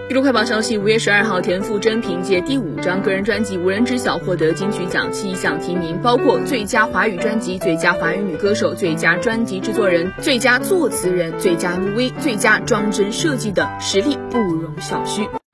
娱乐快报消息，5月12号，田馥甄凭借第5张个人专辑《无人知晓》获得金曲奖7项提名，包括最佳华语专辑、最佳华语女歌手、最佳专辑制作人、最佳作词人、最佳 MV、最佳装帧设计等，实力不容小觑。